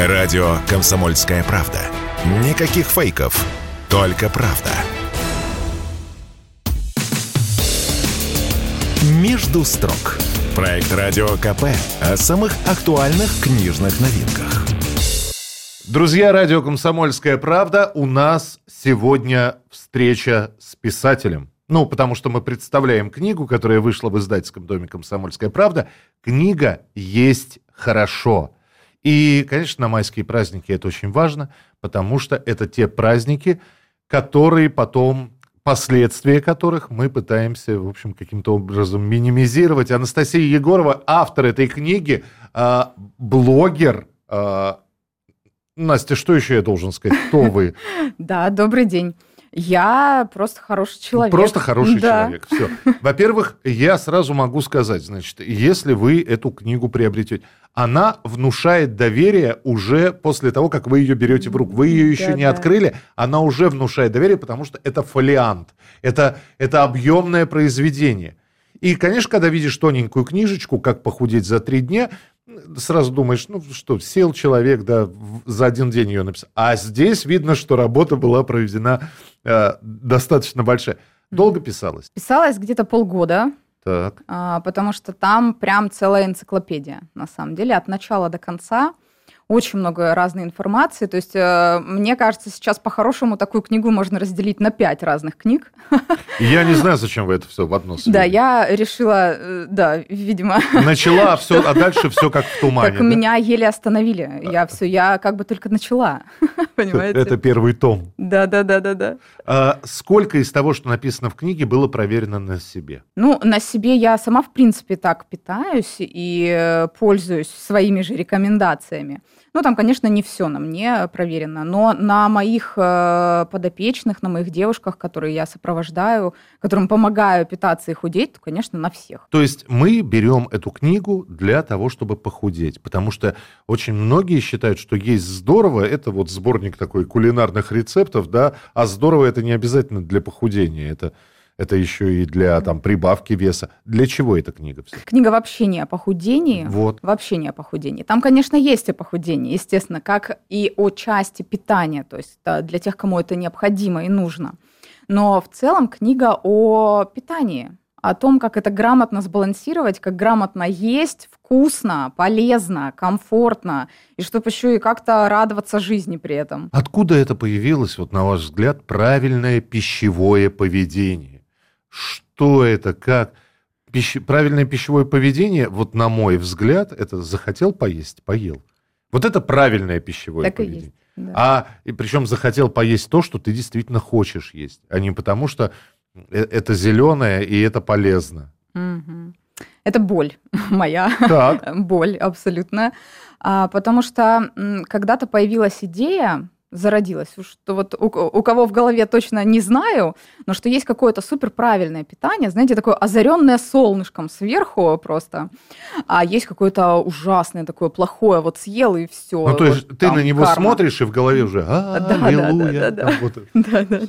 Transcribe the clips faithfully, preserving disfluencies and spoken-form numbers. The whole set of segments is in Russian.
Радио «Комсомольская правда». Никаких фейков, только правда. «Между строк». Проект «Радио КП» о самых актуальных книжных новинках. Друзья, радио «Комсомольская правда», у нас сегодня встреча с писателем. Ну, потому что мы представляем книгу, которая вышла в издательском доме «Комсомольская правда». Книга «Есть хорошо». И, конечно, на майские праздники это очень важно, потому что это те праздники, которые потом, последствия которых мы пытаемся, в общем, каким-то образом минимизировать. Анастасия Егорова, автор этой книги, э, блогер. Э, Настя, что еще я должен сказать? Кто вы? Да, добрый день. Я просто хороший человек. Просто хороший да. человек. Все. Во-первых, я сразу могу сказать, значит, если вы эту книгу приобретете, она внушает доверие уже после того, как вы ее берете в руку. Вы ее еще да, не да. открыли, она уже внушает доверие, потому что это фолиант, это, это объемное произведение. И, конечно, когда видишь тоненькую книжечку «Как похудеть за три дня», сразу думаешь, ну что, сел человек, да, за один день ее написал. А здесь видно, что работа была проведена э, достаточно большая. Долго писалась? Писалась где-то полгода, Так. а, потому что там прям целая энциклопедия, на самом деле, от начала до конца. Очень много разной информации. То есть, э, мне кажется, сейчас по-хорошему такую книгу можно разделить на пять разных книг. Я не знаю, зачем вы это все в одно свели. Да, я решила, э, да, видимо... Начала, а, все, а дальше все как в тумане. Так да? меня еле остановили. Я все, я как бы только начала. Понимаете? Это первый том. Да, да, да, да, да. А сколько из того, что написано в книге, было проверено на себе? Ну, на себе я сама, в принципе, так питаюсь и пользуюсь своими же рекомендациями. Ну, там, конечно, не все на мне проверено, но на моих э, подопечных, на моих девушках, которые я сопровождаю, которым помогаю питаться и худеть, то, конечно, на всех. То есть мы берем эту книгу для того, чтобы похудеть, потому что очень многие считают, что есть здорово, это вот сборник такой кулинарных рецептов, да, а здорово это не обязательно для похудения, это... Это еще и для там, прибавки веса. Для чего эта книга? Книга вообще не о похудении. Вот. Вообще не о похудении. Там, конечно, есть о похудении, естественно, как и о части питания, то есть для тех, кому это необходимо и нужно. Но в целом книга о питании, о том, как это грамотно сбалансировать, как грамотно есть, вкусно, полезно, комфортно, и чтобы еще и как-то радоваться жизни при этом. Откуда это появилось, вот на ваш взгляд, правильное пищевое поведение? Что это, как? Пищ... Правильное пищевое поведение, вот на мой взгляд, это захотел поесть, поел. Вот это правильное пищевое так поведение. И есть, да. А и причем захотел поесть то, что ты действительно хочешь есть, а не потому, что это зеленое и это полезно. Угу. Это боль моя, Так. боль абсолютно. А, потому что м, когда-то появилась идея, зародилась, что вот у, у кого в голове точно не знаю, но что есть какое-то суперправильное питание, знаете, такое озаренное солнышком сверху просто, а есть какое-то ужасное такое плохое, вот съел и все. Ну, то есть вот ты на него карма. Смотришь, и в голове уже аллилуйя. Да, да, да.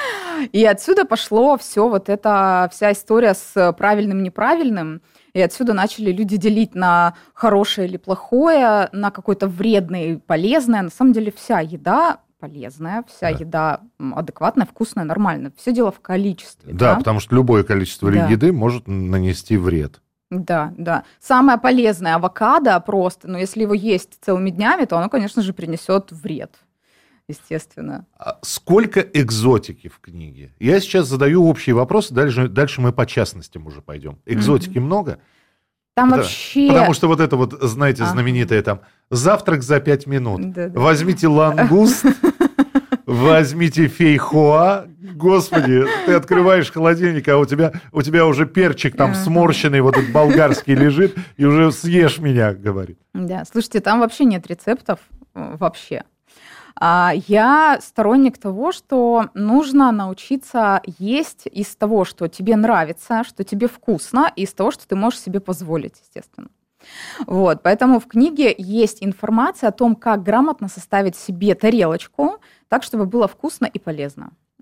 И отсюда пошло все вот эта вся история с правильным, неправильным. И отсюда начали люди делить на хорошее или плохое, на какое-то вредное и полезное. На самом деле вся еда полезная, вся да. еда адекватная, вкусная, нормальная. Все дело в количестве. Да, да? потому что любое количество да. еды может нанести вред. Да, да. Самое полезное авокадо просто, но если его есть целыми днями, то оно, конечно же, принесет вред. Естественно. А сколько экзотики в книге? Я сейчас задаю общие вопросы, дальше, дальше мы по частностям уже пойдем. Экзотики mm-hmm. много? Там потому, вообще... Потому что вот это вот, знаете, знаменитое там «Завтрак за пять минут». Да-да. Возьмите лангуст, возьмите фейхоа. Господи, ты открываешь холодильник, а у тебя, у тебя уже перчик там сморщенный, вот этот болгарский лежит, и уже съешь меня, говорит. Да, слушайте, там вообще нет рецептов, вообще. Я сторонник того, что нужно научиться есть из того, что тебе нравится, что тебе вкусно, и из того, что ты можешь себе позволить, естественно. Вот, поэтому в книге есть информация о том, как грамотно составить себе тарелочку так, чтобы было вкусно и полезно.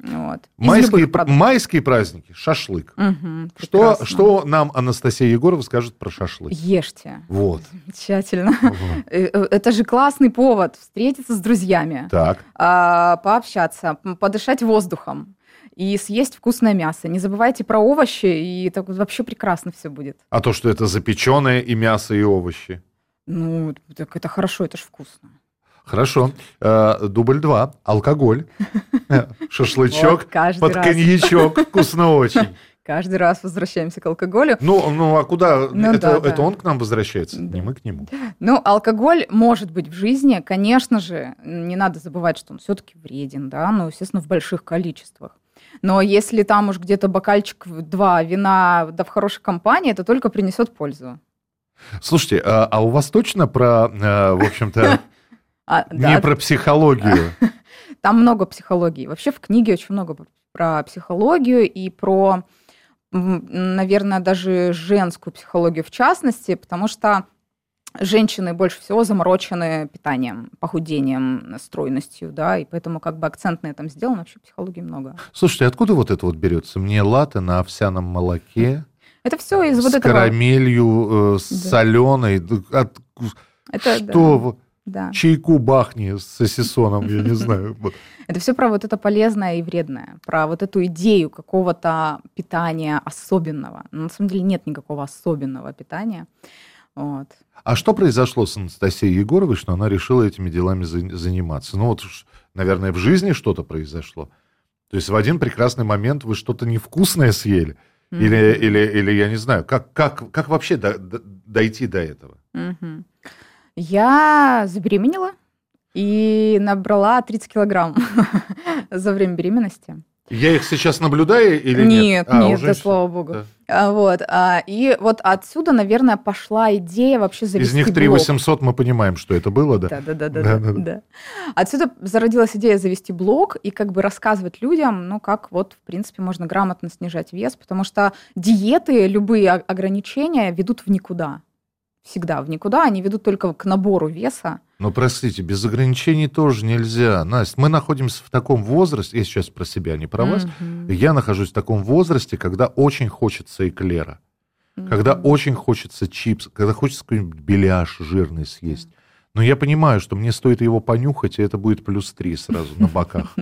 Вот. Майские, майские праздники, шашлык. Угу, что, что нам Анастасия Егорова скажет про шашлык? Ешьте. Вот. Замечательно. Вот. Это же классный повод встретиться с друзьями, так. пообщаться, подышать воздухом и съесть вкусное мясо. Не забывайте про овощи, и так вообще прекрасно все будет. А то, что это запеченное и мясо, и овощи? Ну, так это хорошо, это же вкусно. Хорошо. Дубль два. Алкоголь. Шашлычок под коньячок. Вкусно очень. Каждый раз возвращаемся к алкоголю. Ну, ну а куда? Ну, это, да, это да. он к нам возвращается, да. не мы к нему. Ну, алкоголь может быть в жизни, конечно же, не надо забывать, что он все-таки вреден, да, ну, естественно, в больших количествах. Но если там уж где-то бокальчик два вина, да в хорошей компании, это только принесет пользу. Слушайте, а, а у вас точно про, в общем-то, а, не да. про психологию? Там много психологии. Вообще в книге очень много про психологию и про, наверное, даже женскую психологию в частности, потому что женщины больше всего заморочены питанием, похудением, стройностью, да, и поэтому как бы акцент на этом сделан, вообще психологии много. Слушайте, откуда вот это вот берется? Мне латте на овсяном молоке. Это все из с вот этого... карамелью, э, с да. соленой. От... Это, что? Да. Чайку бахни с сосисоном, я не знаю. Это все про вот это полезное и вредное, про вот эту идею какого-то питания особенного. Но на самом деле нет никакого особенного питания. Вот. А что произошло с Анастасией Егоровой, что она решила этими делами заниматься? Ну вот, наверное, в жизни что-то произошло. То есть в один прекрасный момент вы что-то невкусное съели. Mm-hmm. Или, или, или я не знаю, как, как, как вообще до, до, дойти до этого? Mm-hmm. Я забеременела и набрала тридцать килограмм за время беременности. Я их сейчас наблюдаю или нет? Нет, а, нет, да, слава богу. Да. Вот, а, и вот отсюда, наверное, пошла идея вообще завести Из них блог. три тысячи восемьсот мы понимаем, что это было, да? Да-да-да. Отсюда зародилась идея завести блог и как бы рассказывать людям, ну, как вот, в принципе, можно грамотно снижать вес, потому что диеты, любые ограничения ведут в никуда. Всегда в никуда, они ведут только к набору веса. Но, простите, без ограничений тоже нельзя. Настя, мы находимся в таком возрасте, я сейчас про себя, не про вас, mm-hmm. я нахожусь в таком возрасте, когда очень хочется эклера, mm-hmm. когда очень хочется чипс, когда хочется какой-нибудь беляш жирный съесть. Но я понимаю, что мне стоит его понюхать, и это будет плюс три сразу на боках.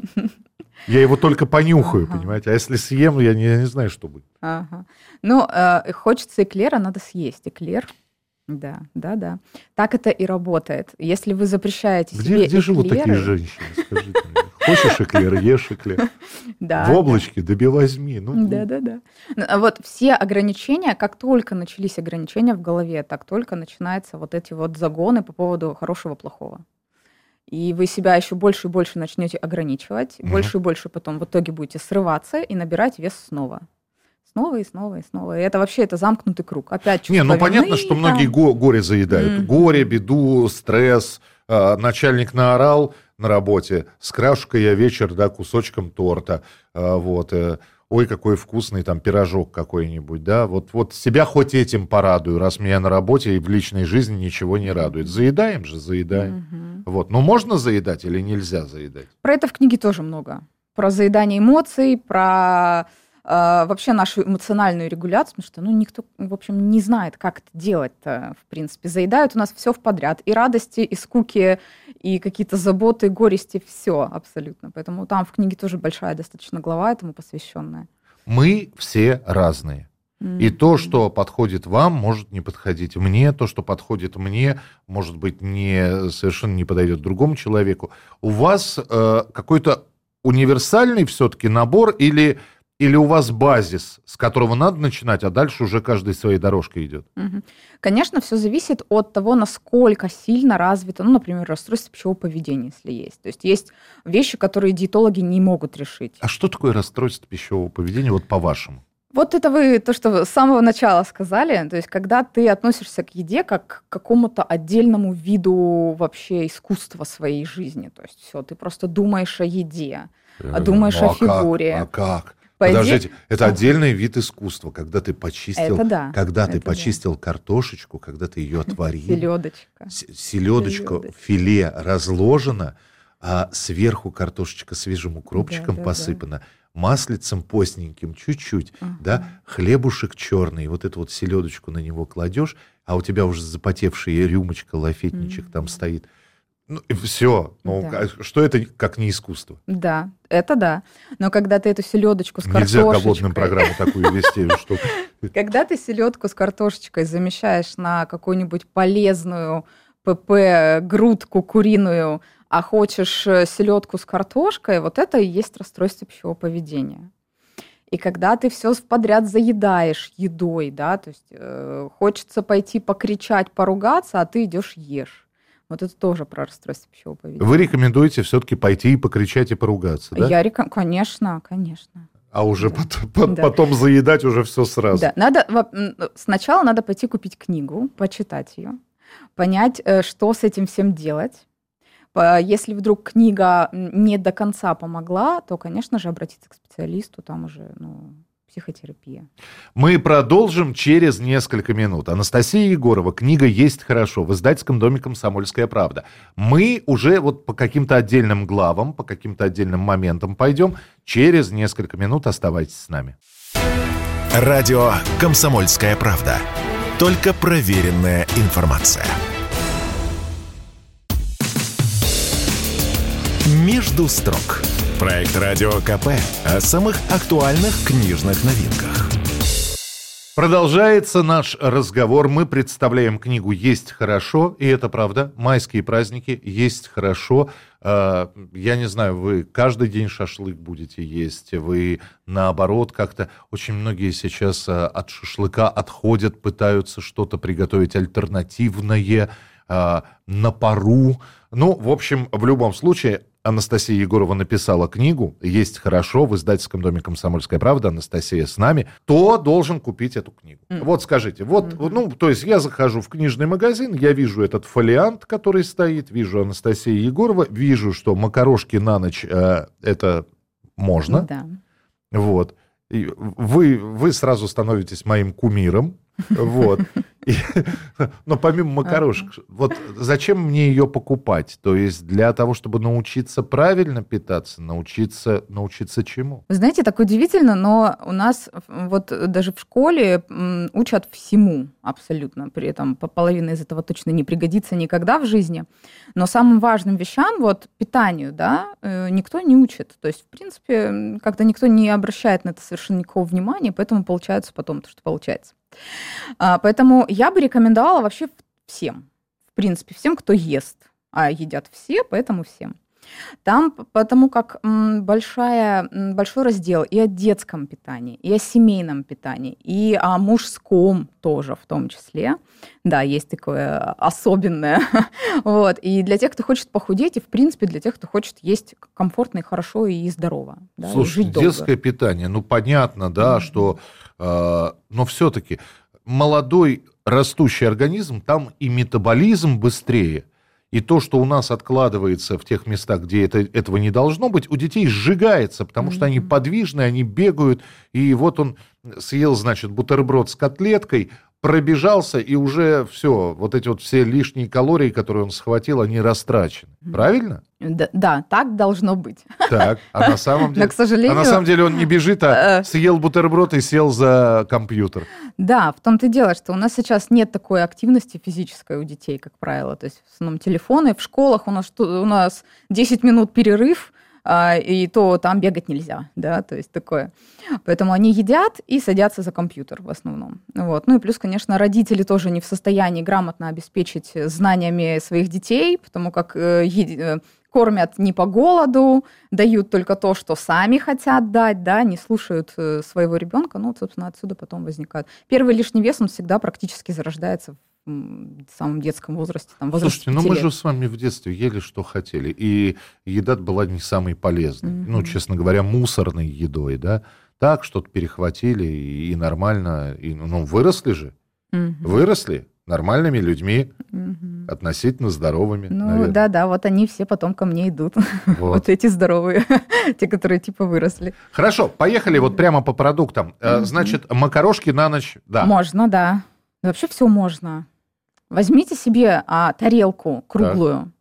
Я его только понюхаю, ага. понимаете? А если съем, я не, я не знаю, что будет. Ага. Ну, э, хочется эклера, надо съесть эклер. Да, да, да. Так это и работает. Если вы запрещаете где, себе где эклеры... живут такие женщины, скажите мне? Хочешь эклер, ешь эклер. Да, в облачке, да, да возьми. Ну, да, да, да. Вот все ограничения, как только начались ограничения в голове, так только начинаются вот эти вот загоны по поводу хорошего-плохого. И вы себя еще больше и больше начнете ограничивать, mm-hmm. больше и больше потом в итоге будете срываться и набирать вес снова. Снова и снова и снова. И это вообще это замкнутый круг. Опять чувство Не, ну вины, понятно, что там... многие го- горе заедают. Mm-hmm. Горе, беду, стресс. Э, начальник наорал на работе. Скрашу-ка я вечер, да, кусочком торта. Э, вот. Э, ой, какой вкусный там пирожок какой-нибудь, да. Вот, вот себя хоть этим порадую, раз меня на работе и в личной жизни ничего не радует. Заедаем же, заедаем. Mm-hmm. Вот. Но можно заедать или нельзя заедать? Про это в книге тоже много. Про заедание эмоций, про... вообще нашу эмоциональную регуляцию, потому что ну, никто, в общем, не знает, как это делать-то, в принципе. Заедают у нас все в подряд. И радости, и скуки, и какие-то заботы, и горести, все абсолютно. Поэтому там в книге тоже большая достаточно глава этому посвященная. Мы все разные. Mm-hmm. И то, что подходит вам, может не подходить мне. То, что подходит мне, может быть, не, совершенно не подойдет другому человеку. У вас э, какой-то универсальный все-таки набор или... Или у вас базис, с которого надо начинать, а дальше уже каждый своей дорожкой идет? Угу. Конечно, все зависит от того, насколько сильно развито, ну, например, расстройство пищевого поведения, если есть. То есть есть вещи, которые диетологи не могут решить. А что такое расстройство пищевого поведения, вот по-вашему? Вот это вы то, что с самого начала сказали, то есть когда ты относишься к еде как к какому-то отдельному виду вообще искусства своей жизни. То есть все, ты просто думаешь о еде, э, думаешь ну, а о фигуре. Как? А как? Подождите, Пойди... это отдельный вид искусства, когда ты почистил, это да, когда ты это почистил да. картошечку, когда ты ее отварил. Селедочка. Селедочка, филе разложено, а сверху картошечка свежим укропчиком Да, да, посыпана, маслицем постненьким чуть-чуть, Ага. да, хлебушек черный, вот эту вот селедочку на него кладешь, а у тебя уже запотевшая рюмочка, лафетничек там Мгм. стоит. Ну, и все. Ну, Да. ка- что это, как не искусство? Да, это да. Но когда ты эту селедочку с Нельзя голодным картошечкой, программу такую вести, что... когда ты селедку с картошечкой замещаешь на какую-нибудь полезную ПП, грудку куриную, а хочешь э, селедку с картошкой, вот это и есть расстройство пищевого поведения. И когда ты все подряд заедаешь едой, да, то есть э, хочется пойти покричать, поругаться, а ты идешь ешь. Вот это тоже про расстройство пищевого поведения. Вы рекомендуете все-таки пойти и покричать и поругаться, да? Я реком... Конечно, конечно. А уже Да. потом, по- Да. потом заедать уже все сразу. Да, надо, во- м, сначала надо пойти купить книгу, почитать ее, понять, э, что с этим всем делать. По- Если вдруг книга м, не до конца помогла, то, конечно же, обратиться к специалисту, там уже ну, психотерапия. Мы продолжим через несколько минут. Анастасия Егорова, книга «Есть хорошо» в издательском доме «Комсомольская правда». Мы уже вот по каким-то отдельным главам, по каким-то отдельным моментам пойдем. Через несколько минут оставайтесь с нами. Радио «Комсомольская правда». Только проверенная информация. «Между строк». Проект «Радио КП» о самых актуальных книжных новинках. Продолжается наш разговор. Мы представляем книгу «Есть хорошо», и это правда. Майские праздники «Есть хорошо». А, Я не знаю, вы каждый день шашлык будете есть, вы наоборот как-то... Очень многие сейчас а, от шашлыка отходят, пытаются что-то приготовить альтернативное, а, на пару. Ну, в общем, в любом случае... Анастасия Егорова написала книгу «Есть хорошо» в издательском доме «Комсомольская правда». Анастасия с нами. Кто должен купить эту книгу? Mm. Вот скажите, вот, Mm-hmm. ну, то есть я захожу в книжный магазин, я вижу этот фолиант, который стоит, вижу Анастасию Егорова, вижу, что макарошки на ночь э, это можно. Да. Вот. И вы, вы сразу становитесь моим кумиром. Вот. И, но помимо макарошек, вот зачем мне ее покупать? То есть для того, чтобы научиться правильно питаться, научиться, научиться чему? Вы знаете, так удивительно, но у нас вот даже в школе м, учат всему абсолютно. При этом половина из этого точно не пригодится никогда в жизни. Но самым важным вещам, вот питанию, да, э, никто не учит. То есть, в принципе, м, как-то никто не обращает на это совершенно никакого внимания, поэтому получается потом то, что получается. А, Поэтому я бы рекомендовала вообще всем, в принципе, всем, кто ест. А едят все, поэтому всем. Там, п- потому как м, большая, м, большой раздел и о детском питании, и о семейном питании, и о мужском тоже в том числе. Да, есть такое особенное. Вот. И для тех, кто хочет похудеть, и, в принципе, для тех, кто хочет есть комфортно и хорошо и здорово. Да, и Слушайте, жить долго. детское питание, ну понятно, да, Мгм. что, э, но все-таки молодой растущий организм, там и метаболизм быстрее. И то, что у нас откладывается в тех местах, где это, этого не должно быть, у детей сжигается, потому что они Мгм. подвижные, они бегают. И вот он съел, значит, бутерброд с котлеткой, пробежался, и уже все, вот эти вот все лишние калории, которые он схватил, они растрачены. Мгм. Правильно? Да, да, так должно быть. Так, а на самом деле... Но, к сожалению... А на самом деле он не бежит, а э, съел бутерброд и сел за компьютер. Да, в том-то и дело, что у нас сейчас нет такой активности физической у детей, как правило. То есть в основном телефоны. В школах у нас, что, у нас десять минут перерыв, а, и то там бегать нельзя, да, то есть такое. Поэтому они едят и садятся за компьютер в основном. Вот. Ну и плюс, конечно, родители тоже не в состоянии грамотно обеспечить знаниями своих детей, потому как э, е- э, кормят не по голоду, дают только то, что сами хотят дать, да, не слушают э, своего ребенка. Ну, вот, собственно, отсюда потом возникает. Первый лишний вес, он всегда практически зарождается в м, самом детском возрасте. Там, возрасте Слушайте, ну пяти мы лет. же с вами в детстве ели, что хотели. И еда была не самой полезной. Мгм. Ну, честно говоря, мусорной едой, да. Так, что-то перехватили, и, и нормально. И, ну, выросли же. Мгм. Выросли нормальными людьми, Мгм. относительно здоровыми, Ну, наверное. да-да, вот они все потом ко мне идут. Вот. Вот эти здоровые, те, которые типа выросли. Хорошо, поехали вот прямо по продуктам. Э, Мгм. Значит, макарошки на ночь, да. Можно, да. Да вообще все можно. Возьмите себе а, тарелку круглую,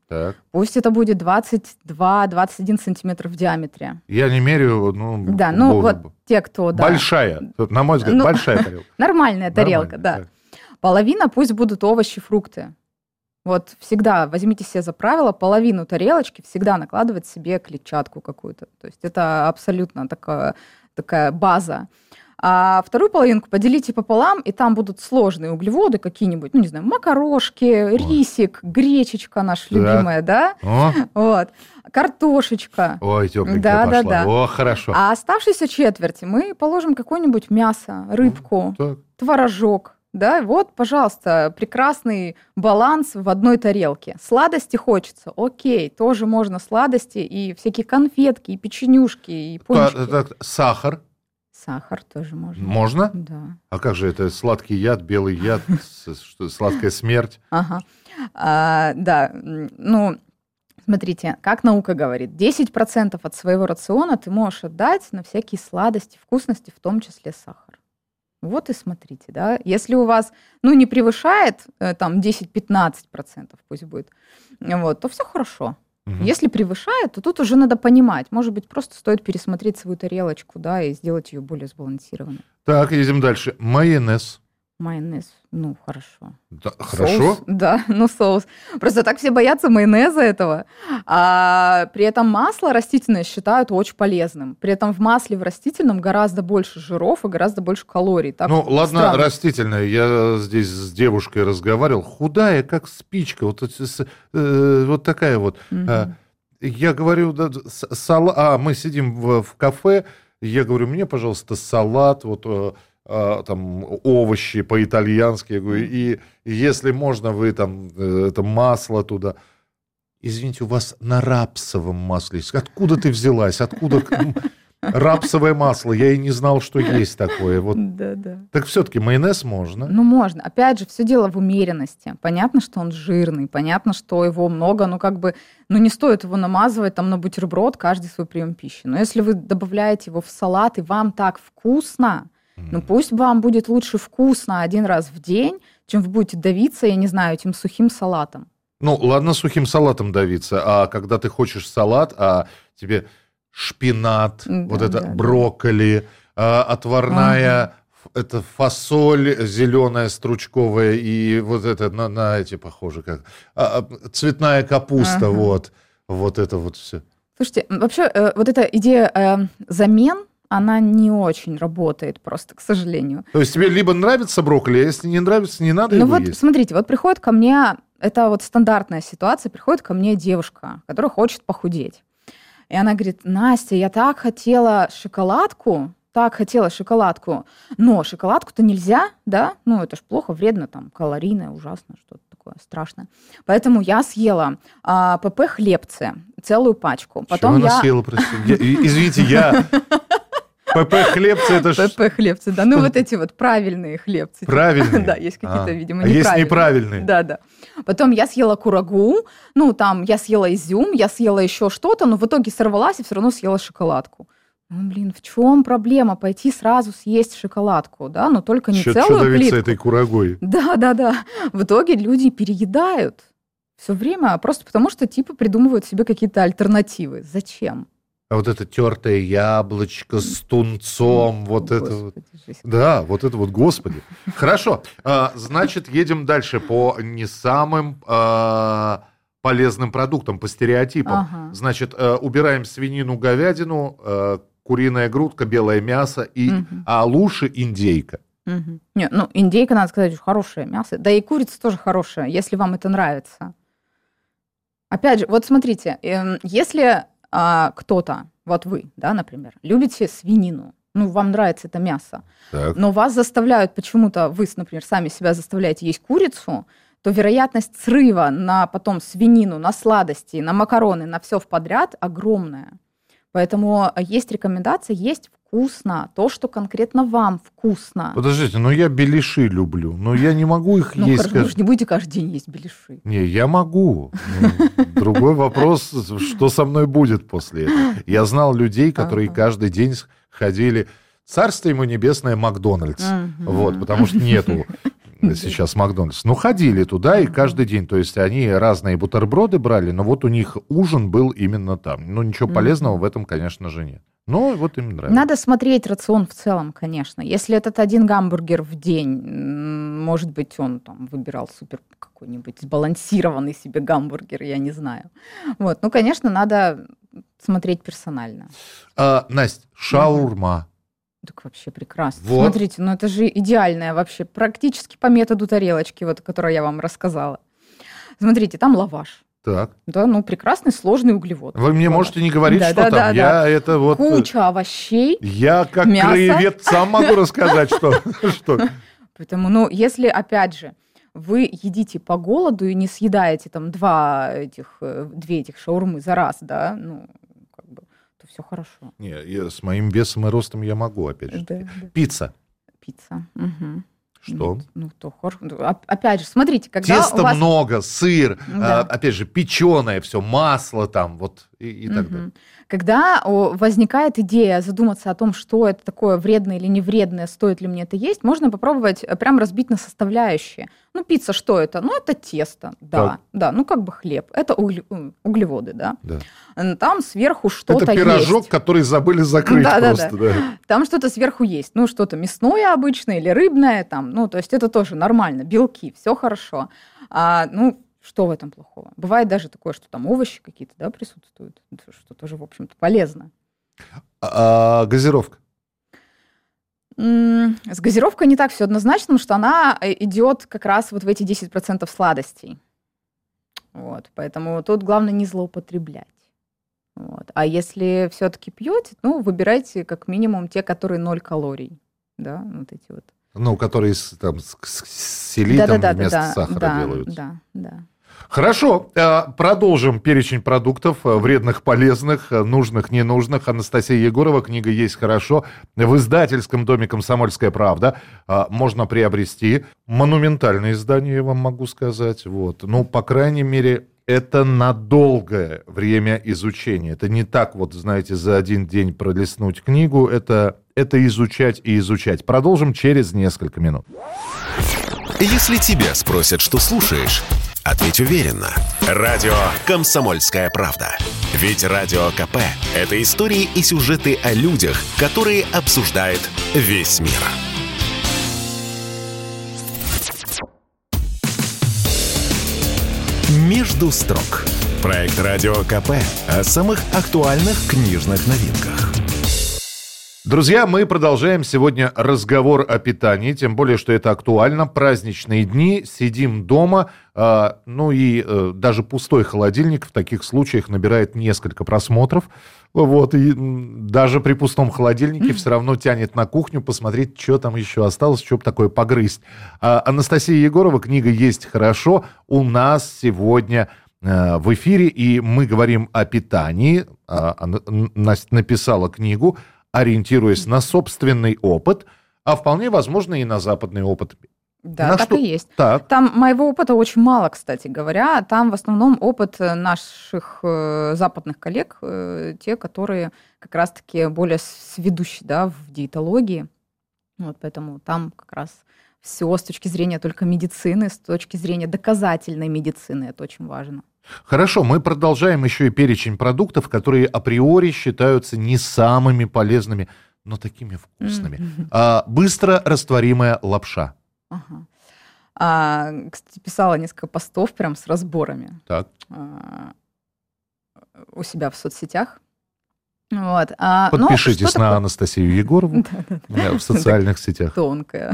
Так. Пусть это будет двадцать два - двадцать один сантиметр в диаметре. Я не меряю, ну... Да, ну бог, вот те, кто... Да. Большая, на мой взгляд, ну, большая тарелка. Нормальная тарелка, Нормально, да. так. Половина пусть будут овощи, фрукты. Вот всегда возьмите себе за правило половину тарелочки всегда накладывать себе клетчатку какую-то. То есть это абсолютно такая, такая база. А вторую половинку поделите пополам, и там будут сложные углеводы какие-нибудь, ну, не знаю, макарошки, рисик, гречечка наша Да. любимая, да? О, Вот. Картошечка. ой, тепленькая Да, да, пошла. да. О, хорошо. А оставшиеся четверти мы положим какое-нибудь мясо, рыбку, Так. творожок. Да, вот, пожалуйста, прекрасный баланс в одной тарелке. Сладости хочется, окей, тоже можно сладости, и всякие конфетки, и печенюшки, и пончики. Так, так, сахар Сахар тоже можно. можно? Да. А как же это? Сладкий яд, белый яд, с- что, сладкая смерть? Ага. А, да, м, ну, смотрите, как наука говорит, десять процентов от своего рациона ты можешь отдать на всякие сладости, вкусности, в том числе сахар. Вот и смотрите, да, если у вас, ну, не превышает э, там десять-пятнадцать процентов пусть будет, вот, то все хорошо. Мгм. Если превышает, то тут уже надо понимать, может быть, просто стоит пересмотреть свою тарелочку, да, и сделать ее более сбалансированной. Так, едем дальше. Майонез. Майонез, ну, хорошо. Да, хорошо. Соус, да, ну соус. Просто так все боятся майонеза этого. А при этом масло растительное считают очень полезным. При этом в масле в растительном гораздо больше жиров и гораздо больше калорий. Так Ну, ладно, странно. растительное. Я здесь с девушкой разговаривал. Худая, как спичка. Вот, эти с- э, вот такая вот. Мгм. А, Я говорю, да, с- сала... а мы сидим в, в кафе. Я говорю, мне, пожалуйста, салат, вот э, а, там овощи по-итальянски. Я говорю, и если можно, вы там э, это масло туда. Извините, у вас на рапсовом масле есть. Откуда ты взялась? Откуда м, рапсовое масло? Я и не знал, что есть такое. Вот. Да, да. Так все-таки майонез можно. Ну, можно. Опять же, все дело в умеренности. Понятно, что он жирный, понятно, что его много, но как бы, ну, не стоит его намазывать там на бутерброд каждый свой прием пищи. Но если вы добавляете его в салат, и вам так вкусно, ну, пусть вам будет лучше вкусно один раз в день, чем вы будете давиться, я не знаю, этим сухим салатом. Ну, ладно, сухим салатом давиться, а когда ты хочешь салат, а тебе шпинат, Да, вот это да, да. брокколи, а, отварная ф- это фасоль зеленая, стручковая, и вот это на, на эти похоже, как а, а, цветная капуста, Ага. вот, вот это вот все. Слушайте, м, вообще э, вот эта идея э, замен, она не очень работает просто, к сожалению. То есть тебе либо нравится брокколи, а если не нравится, не надо Ну его вот, есть. смотрите, вот приходит ко мне, это вот стандартная ситуация, приходит ко мне девушка, которая хочет похудеть. И она говорит, Настя, я так хотела шоколадку, так хотела шоколадку, но шоколадку-то нельзя, да? Ну, это ж плохо, вредно, там, калорийное, ужасно, что-то такое страшное. Поэтому я съела а, ПП хлебцы, целую пачку. Потом Чего она я... съела, прости? Я- и- Извините, я... ПП хлебцы, это ж ПП хлебцы, да, ну вот эти вот правильные хлебцы. правильные? Да, есть какие-то, А. видимо, А есть неправильные. неправильные? Да, да. Потом я съела курагу, ну там я съела изюм, я съела еще что-то, но в итоге сорвалась и все равно съела шоколадку. Ну, блин, в чем проблема пойти сразу съесть шоколадку, да, но только не Чё- целую чё давиться плитку. этой курагой? Да, да, да. В итоге люди переедают все время, просто потому что типа придумывают себе какие-то альтернативы. Зачем? А вот это тертое яблочко с тунцом, вот это вот. Господи, жесть. Да, вот это вот, господи. Хорошо, а, значит, едем дальше по не самым а, полезным продуктам, по стереотипам. Ага. Значит, а, убираем свинину, говядину, а, куриная грудка, белое мясо и Мгм. а лучше индейка. Мгм. Не, ну, индейка, надо сказать, очень хорошее мясо. Да и курица тоже хорошая, если вам это нравится. Опять же, вот смотрите, эм, если а, кто-то, вот вы, да, например, любите свинину, ну, вам нравится это мясо, Так. но вас заставляют почему-то, вы, например, сами себя заставляете есть курицу, то вероятность срыва на потом свинину, на сладости, на макароны, на все в подряд огромная. Поэтому есть рекомендация есть вкусно, то, что конкретно вам вкусно. Подождите, ну я беляши люблю, но я не могу их Ну, есть. хорошо, вы каждый- же не будете каждый день есть беляши. Не, я могу. Ну, другой вопрос, что со мной будет после этого. Я знал людей, которые Ага. каждый день ходили, царство ему небесное, Макдональдс. Мгм. Вот, потому что нету сейчас Макдональдс. Ну, ходили туда и каждый день. То есть они разные бутерброды брали, но вот у них ужин был именно там. Ну, ничего полезного в этом, конечно же, нет. Но вот им нравится. Надо смотреть рацион в целом, конечно. Если этот один гамбургер в день, может быть, он там выбирал супер какой-нибудь сбалансированный себе гамбургер, я не знаю. Вот. Ну, конечно, надо смотреть персонально. А, Настя, шаурма. Так вообще прекрасно. Вот. Смотрите, ну это же идеальное вообще, практически по методу тарелочки, вот, которую я вам рассказала. Смотрите, там лаваш. Так. Да, ну прекрасный сложный углевод. Вы мне лаваш. можете не говорить, да, что да, там. да, я да. это вот... Куча овощей. Я как мясо. краевед сам могу рассказать, что... что... Поэтому, ну, если, опять же, вы едите по голоду и не съедаете там два этих, две этих шаурмы за раз, да, ну, как бы, то все хорошо. Не, я, с моим весом и ростом я могу, опять же. Да, да. Пицца. Пицца. Угу. Что? Ну, ну, то хорошо. Опять же, смотрите, когда Теста у вас... много, сыр, Да. а, опять же, печеное все, масло там, вот, и, и так Мгм. далее. Когда о, возникает идея задуматься о том, что это такое вредное или не вредное, стоит ли мне это есть, можно попробовать э, прям разбить на составляющие. Ну, пицца, что это? Ну, это тесто, да, Так. да, ну, как бы хлеб. Это угле- м, углеводы, да. Да. М, Там сверху что-то Это пирожок, есть. который забыли закрыть Да-да-да. просто. Да. Там что-то сверху есть. Ну, что-то мясное обычное или рыбное там. Ну, то есть это тоже нормально, белки, все хорошо. А, ну, что в этом плохого? Бывает даже такое, что там овощи какие-то, да, присутствуют, что тоже, в общем-то, полезно. А, газировка. М, С газировкой не так все однозначно, потому что она э, идет как раз вот в эти десять процентов сладостей. Вот, поэтому тут главное не злоупотреблять. Вот. А если все-таки пьете, ну, выбирайте как минимум те, которые ноль калорий. Да, вот эти вот. Ну, которые с, там, с, с селитром Да-да-да, вместо да, сахара да, делают. Да, да. Хорошо, э, продолжим перечень продуктов, э, вредных, полезных, э, нужных, ненужных. Анастасия Егорова, книга «Есть хорошо» в издательском доме «Комсомольская правда». Э, Можно приобрести. Монументальное издание, я вам могу сказать. Вот. Ну, по крайней мере, это на долгое время изучения. Это не так вот, знаете, за один день пролистнуть книгу. Это, это изучать и изучать. Продолжим через несколько минут. Если тебя спросят, что слушаешь, ответь уверенно. Радио «Комсомольская правда». Ведь Радио КП – это истории и сюжеты о людях, которые обсуждает весь мир. «Между строк» – проект Радио КП о самых актуальных книжных новинках. Друзья, мы продолжаем сегодня разговор о питании, тем более, что это актуально. Праздничные дни, сидим дома, э, ну и э, даже пустой холодильник в таких случаях набирает несколько просмотров. Вот, и м, даже при пустом холодильнике все равно тянет на кухню посмотреть, что там еще осталось, что бы такое погрызть. А, Анастасия Егорова, книга «Есть хорошо» у нас сегодня э, в эфире, и мы говорим о питании. А, она, Настя написала книгу, ориентируясь на собственный опыт, а вполне возможно и на западный опыт. Да, на так что? и есть. Так. Там моего опыта очень мало, кстати говоря. Там в основном опыт наших э, западных коллег, э, те, которые как раз-таки более сведущие, да, в диетологии. Вот, поэтому там как раз все с точки зрения только медицины, с точки зрения доказательной медицины. Это очень важно. Хорошо, мы продолжаем еще и перечень продуктов, которые априори считаются не самыми полезными, но такими вкусными. Mm-hmm. А, быстро растворимая лапша. Ага. А, кстати, писала несколько постов прям с разборами Так. а, у себя в соцсетях. Вот. А, Подпишитесь но что на такое? Анастасию Егорову в социальных сетях. Тонкая.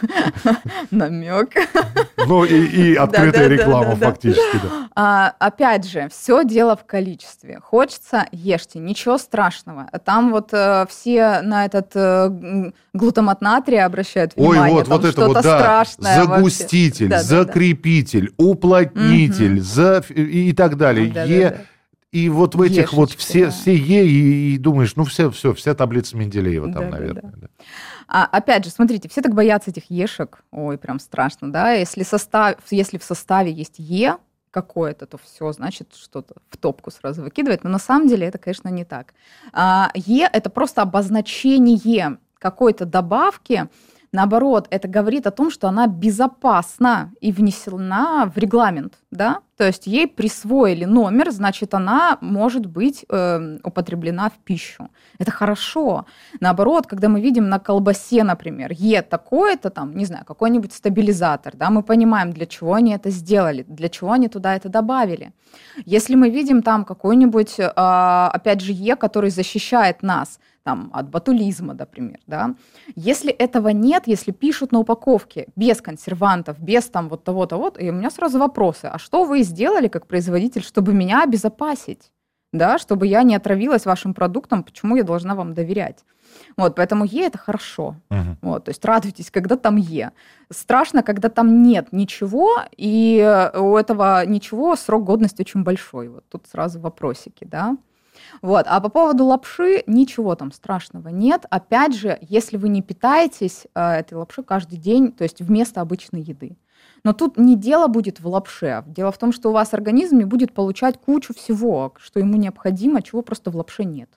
Намек. Ну и, и открытая Да-да-да-да-да. реклама фактически. Да. А, опять же, все дело в количестве. Хочется, ешьте, ничего страшного. Там вот э, все на этот э, г- глутамат натрия обращают Ой, внимание. вот, там вот это что-то вот, да, страшное загуститель, вообще. Да-да-да. закрепитель, уплотнитель, Мгм. за... и, и так далее. Да-да-да. Е... И вот в этих вот Ешечки, все, да. все Е, и, и думаешь, ну все, все, вся таблица Менделеева там, Да-да-да. наверное. Да. А, опять же, смотрите, все так боятся этих ешек. Ой, прям страшно, да? Если, состав, если в составе есть Е какое-то, то все, значит, что-то в топку сразу выкидывает. Но на самом деле это, конечно, не так. А, Е – это просто обозначение какой-то добавки, Наоборот, это говорит о том, что она безопасна и внесена в регламент, да? То есть ей присвоили номер, значит, она может быть э, употреблена в пищу. Это хорошо. Наоборот, когда мы видим на колбасе, например, Е такое-то, там, не знаю, какой-нибудь стабилизатор, да, мы понимаем, для чего они это сделали, для чего они туда это добавили. Если мы видим там какой-нибудь, э, опять же, Е, который защищает нас, там, от ботулизма, например, да. Если этого нет, если пишут на упаковке без консервантов, без там вот того-то, вот, и у меня сразу вопросы, а что вы сделали как производитель, чтобы меня обезопасить, да, чтобы я не отравилась вашим продуктом, почему я должна вам доверять? Вот, поэтому Е – это хорошо. Uh-huh. Вот, то есть радуйтесь, когда там Е. Страшно, когда там нет ничего, и у этого ничего срок годности очень большой. Вот тут сразу вопросики, да. Вот. А по поводу лапши ничего там страшного нет. Опять же, если вы не питаетесь э, этой лапшой каждый день, то есть вместо обычной еды. Но тут не дело будет в лапше. Дело в том, что у вас организм не будет получать кучу всего, что ему необходимо, чего просто в лапше нет.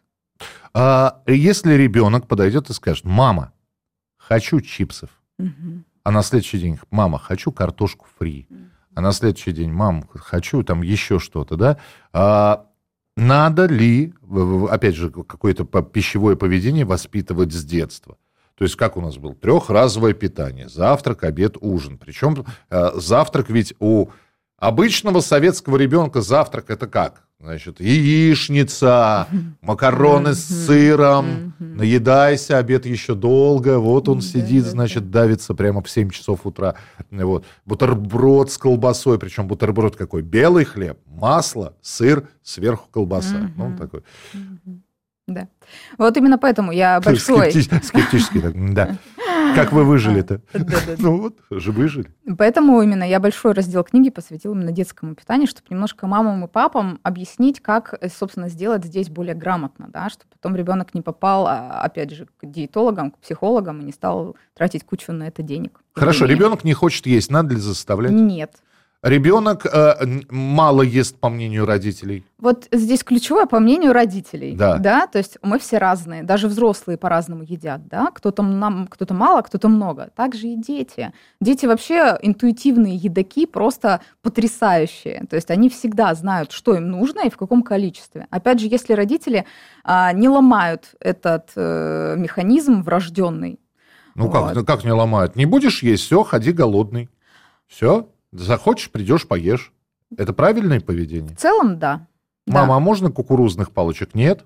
А если ребенок подойдет и скажет: мама, хочу чипсов. Угу. А на следующий день: мама, хочу картошку фри. Угу. А на следующий день: мам, хочу там еще что-то, да? А надо ли, опять же, какое-то пищевое поведение воспитывать с детства? То есть как у нас было? Трехразовое питание. Завтрак, обед, ужин. Причем э, завтрак ведь у обычного советского ребенка завтрак это как? Значит, яичница, макароны с сыром, наедайся, обед еще долго. Вот он сидит, значит, давится прямо в семь часов утра. Вот. Бутерброд с колбасой. Причем бутерброд какой? Белый хлеб, масло, сыр, сверху колбаса. Mm-hmm. Ну, такой. Mm-hmm. Да. Вот именно поэтому я большой... Скептически, скептически так, да. Как вы выжили-то? Ну вот, же выжили. Поэтому именно я большой раздел книги посвятила именно детскому питанию, чтобы немножко мамам и папам объяснить, как, собственно, сделать здесь более грамотно, да, чтобы потом ребенок не попал, опять же, к диетологам, к психологам и не стал тратить кучу на это денег. Хорошо, ребенок не хочет есть, надо ли заставлять? Нет. Ребенок э, мало ест, по мнению родителей. Вот здесь ключевое по мнению родителей. Да. Да? То есть мы все разные, даже взрослые по-разному едят. Да? Кто-то, нам, кто-то мало, кто-то много. Также и дети. Дети вообще интуитивные едоки, просто потрясающие. То есть они всегда знают, что им нужно и в каком количестве. Опять же, если родители а, не ломают этот э, механизм врожденный. Ну вот. как, как не ломают? Не будешь есть, все, ходи голодный. Все. Захочешь, придешь, поешь. Это правильное поведение? В целом, да. Мама, да. а можно кукурузных палочек? Нет.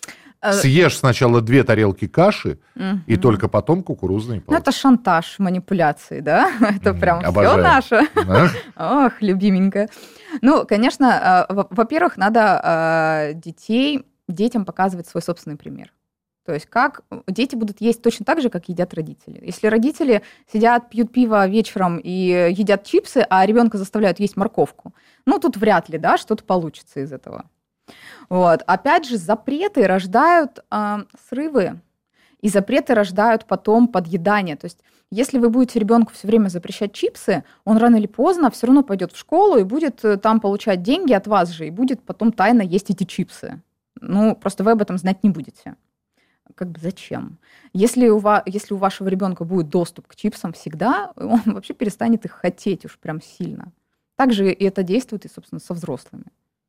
Съешь сначала две тарелки каши, угу. и только потом кукурузные палочки. Ну, это шантаж, манипуляции, да? Это прям все наше. Ох, любименькая. Ну, конечно, во-первых, надо детей, детям показывать свой собственный пример. То есть как дети будут есть точно так же, как едят родители. Если родители сидят, пьют пиво вечером и едят чипсы, а ребенка заставляют есть морковку, ну тут вряд ли, да, что-то получится из этого. Вот. Опять же, запреты рождают э, срывы, и запреты рождают потом подъедание. То есть если вы будете ребенку все время запрещать чипсы, он рано или поздно все равно пойдет в школу и будет там получать деньги от вас же, и будет потом тайно есть эти чипсы. Ну, просто вы об этом знать не будете. Как бы зачем? Если у, вас, если у вашего ребенка будет доступ к чипсам всегда, он вообще перестанет их хотеть уж прям сильно. Также и это действует и, собственно, со взрослыми.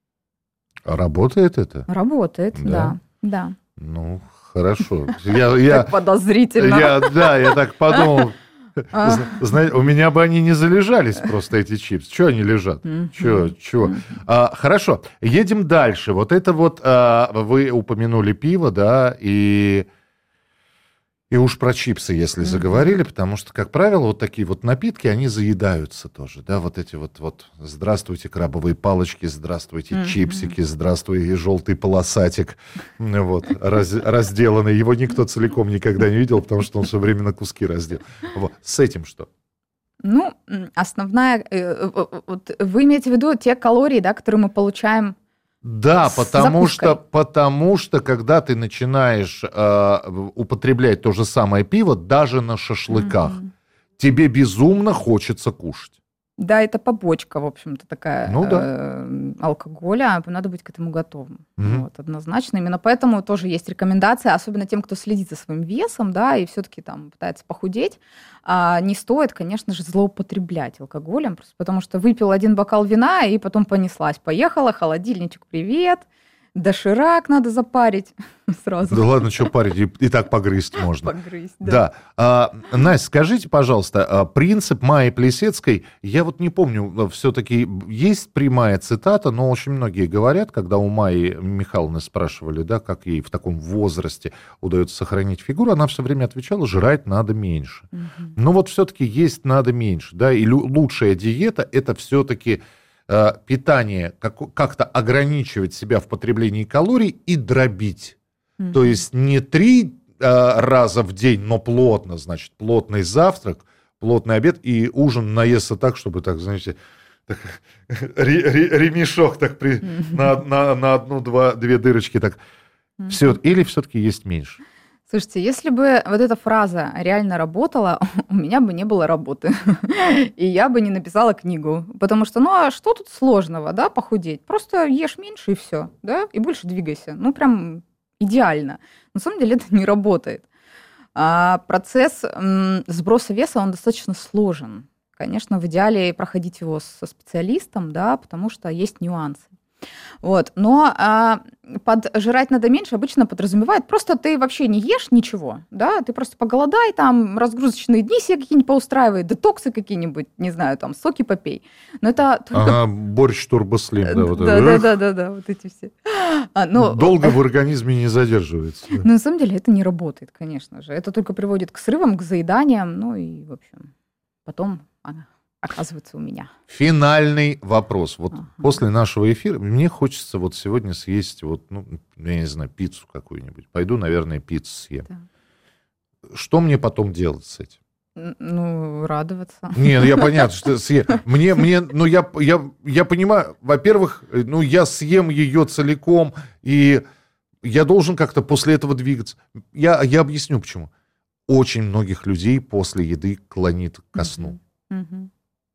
Работает это? Работает, да. да, да. Ну, хорошо. Я, я, так подозрительно. Я, да, я так подумал. Знаете, у меня бы они не залежались просто, эти чипсы. Чего они лежат? Чего? Чего? А, хорошо, едем дальше. Вот это вот, а, вы упомянули пиво, да, и, и уж про чипсы, если заговорили, потому что, как правило, вот такие вот напитки, они заедаются тоже, да, вот эти вот, вот здравствуйте, крабовые палочки, здравствуйте, mm-hmm. чипсики, здравствуй, желтый полосатик, вот, раз, разделанный. Его никто целиком никогда не видел, потому что он все время на куски раздел. Вот. С этим что? Ну, основная... Вот вы имеете в виду те калории, да, которые мы получаем... Да, потому что, потому что, когда ты начинаешь э, употреблять то же самое пиво, даже на шашлыках, mm-hmm. тебе безумно хочется кушать. Да, это побочка, в общем-то, такая Ну да. э, алкоголя. Надо быть к этому готовым. Мгм. Вот, однозначно. Именно поэтому тоже есть рекомендация, особенно тем, кто следит за своим весом, да, и все-таки там пытается похудеть. А, не стоит, конечно же, злоупотреблять алкоголем, просто потому что выпил один бокал вина и потом понеслась. Поехала, холодильничек, привет. Доширак надо запарить сразу. Да ладно, что парить, и, и так погрызть можно. Погрызть, да. Да. А, Настя, скажите, пожалуйста, а, принцип Майи Плисецкой, я вот не помню, все-таки есть прямая цитата, но очень многие говорят, когда у Майи Михайловны спрашивали, да, как ей в таком возрасте удается сохранить фигуру, она все время отвечала, жрать надо меньше. Мгм. Но вот все-таки есть надо меньше, да, и лю- лучшая диета это все-таки э, питание, как- как-то ограничивать себя в потреблении калорий и дробить. Мгм. То есть не три э, раза в день, но плотно, значит, плотный завтрак, плотный обед и ужин наесться так, чтобы, так, знаете, так, ре- ре- ремешок так при, Мгм. на, на, на одну-два, две дырочки так. Мгм. Все, или все-таки есть меньше? Слушайте, если бы вот эта фраза реально работала, у меня бы не было работы. И я бы не написала книгу. Потому что, ну а что тут сложного, да, похудеть? Просто ешь меньше и все, да, и больше двигайся. Ну, прям идеально. На самом деле это не работает. А процесс м, сброса веса, он достаточно сложен. Конечно, в идеале проходить его со специалистом, да, потому что есть нюансы. Вот. Но а, под жрать надо меньше обычно подразумевает просто ты вообще не ешь ничего, да, ты просто поголодай, там разгрузочные дни себе какие-нибудь поустраивай, детоксы какие-нибудь, не знаю, там соки попей. Но это только... Ага, борщ турбослим, да, вот да, это. да, Эх, да, да, да, вот эти все. А, но, долго в организме не задерживается. да. но на самом деле это не работает, конечно же. Это только приводит к срывам, к заеданиям, ну и, в общем, потом она оказывается у меня. Финальный вопрос. Вот Ага. после нашего эфира мне хочется вот сегодня съесть вот, ну, я не знаю, пиццу какую-нибудь. Пойду, наверное, пиццу съем. Да. Что мне потом делать с этим? Н- Ну, радоваться. Не, ну я понятно, что съем. Мне, мне, ну я, я, я понимаю, во-первых, ну я съем ее целиком, и я должен как-то после этого двигаться. Я, я объясню почему. Очень многих людей после еды клонит ко сну. Мгм.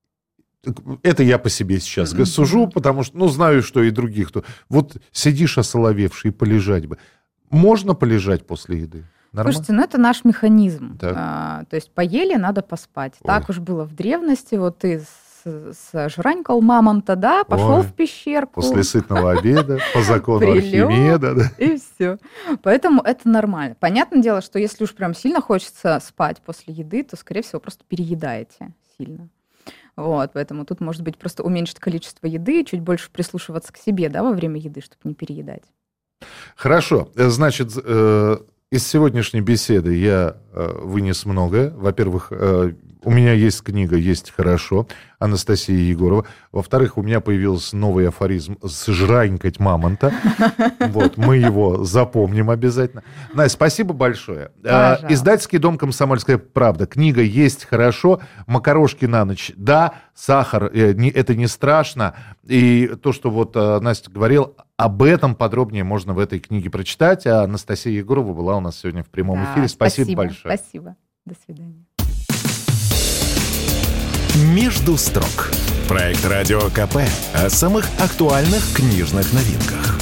Это я по себе сейчас Мгм. сужу, потому что, ну, знаю, что и других. Кто... Вот сидишь осоловевший, полежать бы. Можно полежать после еды? Нормально? Слушайте, ну это наш механизм. Так. А, то есть поели, надо поспать. Ой. Так уж было в древности. Вот ты с- сжранькал мамонта, да, пошел Ой. в пещерку. После сытного обеда, по закону Прилёг. Архимеда. Да. И все. Поэтому это нормально. Понятное дело, что если уж прям сильно хочется спать после еды, то, скорее всего, просто переедаете сильно. Вот, поэтому тут, может быть, просто уменьшить количество еды, чуть больше прислушиваться к себе, да, во время еды, чтобы не переедать. Хорошо. Э, Значит, э, из сегодняшней беседы я э, вынес многое. Во-первых, э, у меня есть книга «Есть хорошо» Анастасии Егорова. Во-вторых, у меня появился новый афоризм «сжранькать мамонта». Вот, мы его запомним обязательно. Настя, спасибо большое. Э, Пожалуйста. Издательский дом «Комсомольская правда». Книга «Есть хорошо». Макарошки на ночь. Да, сахар, э, не- это не страшно. И то, что вот э, Настя говорила, об этом подробнее можно в этой книге прочитать. А Анастасия Егорова была у нас сегодня в прямом Да, эфире. Спасибо, большое. Спасибо. До свидания. «Между строк» – проект Радио КП о самых актуальных книжных новинках.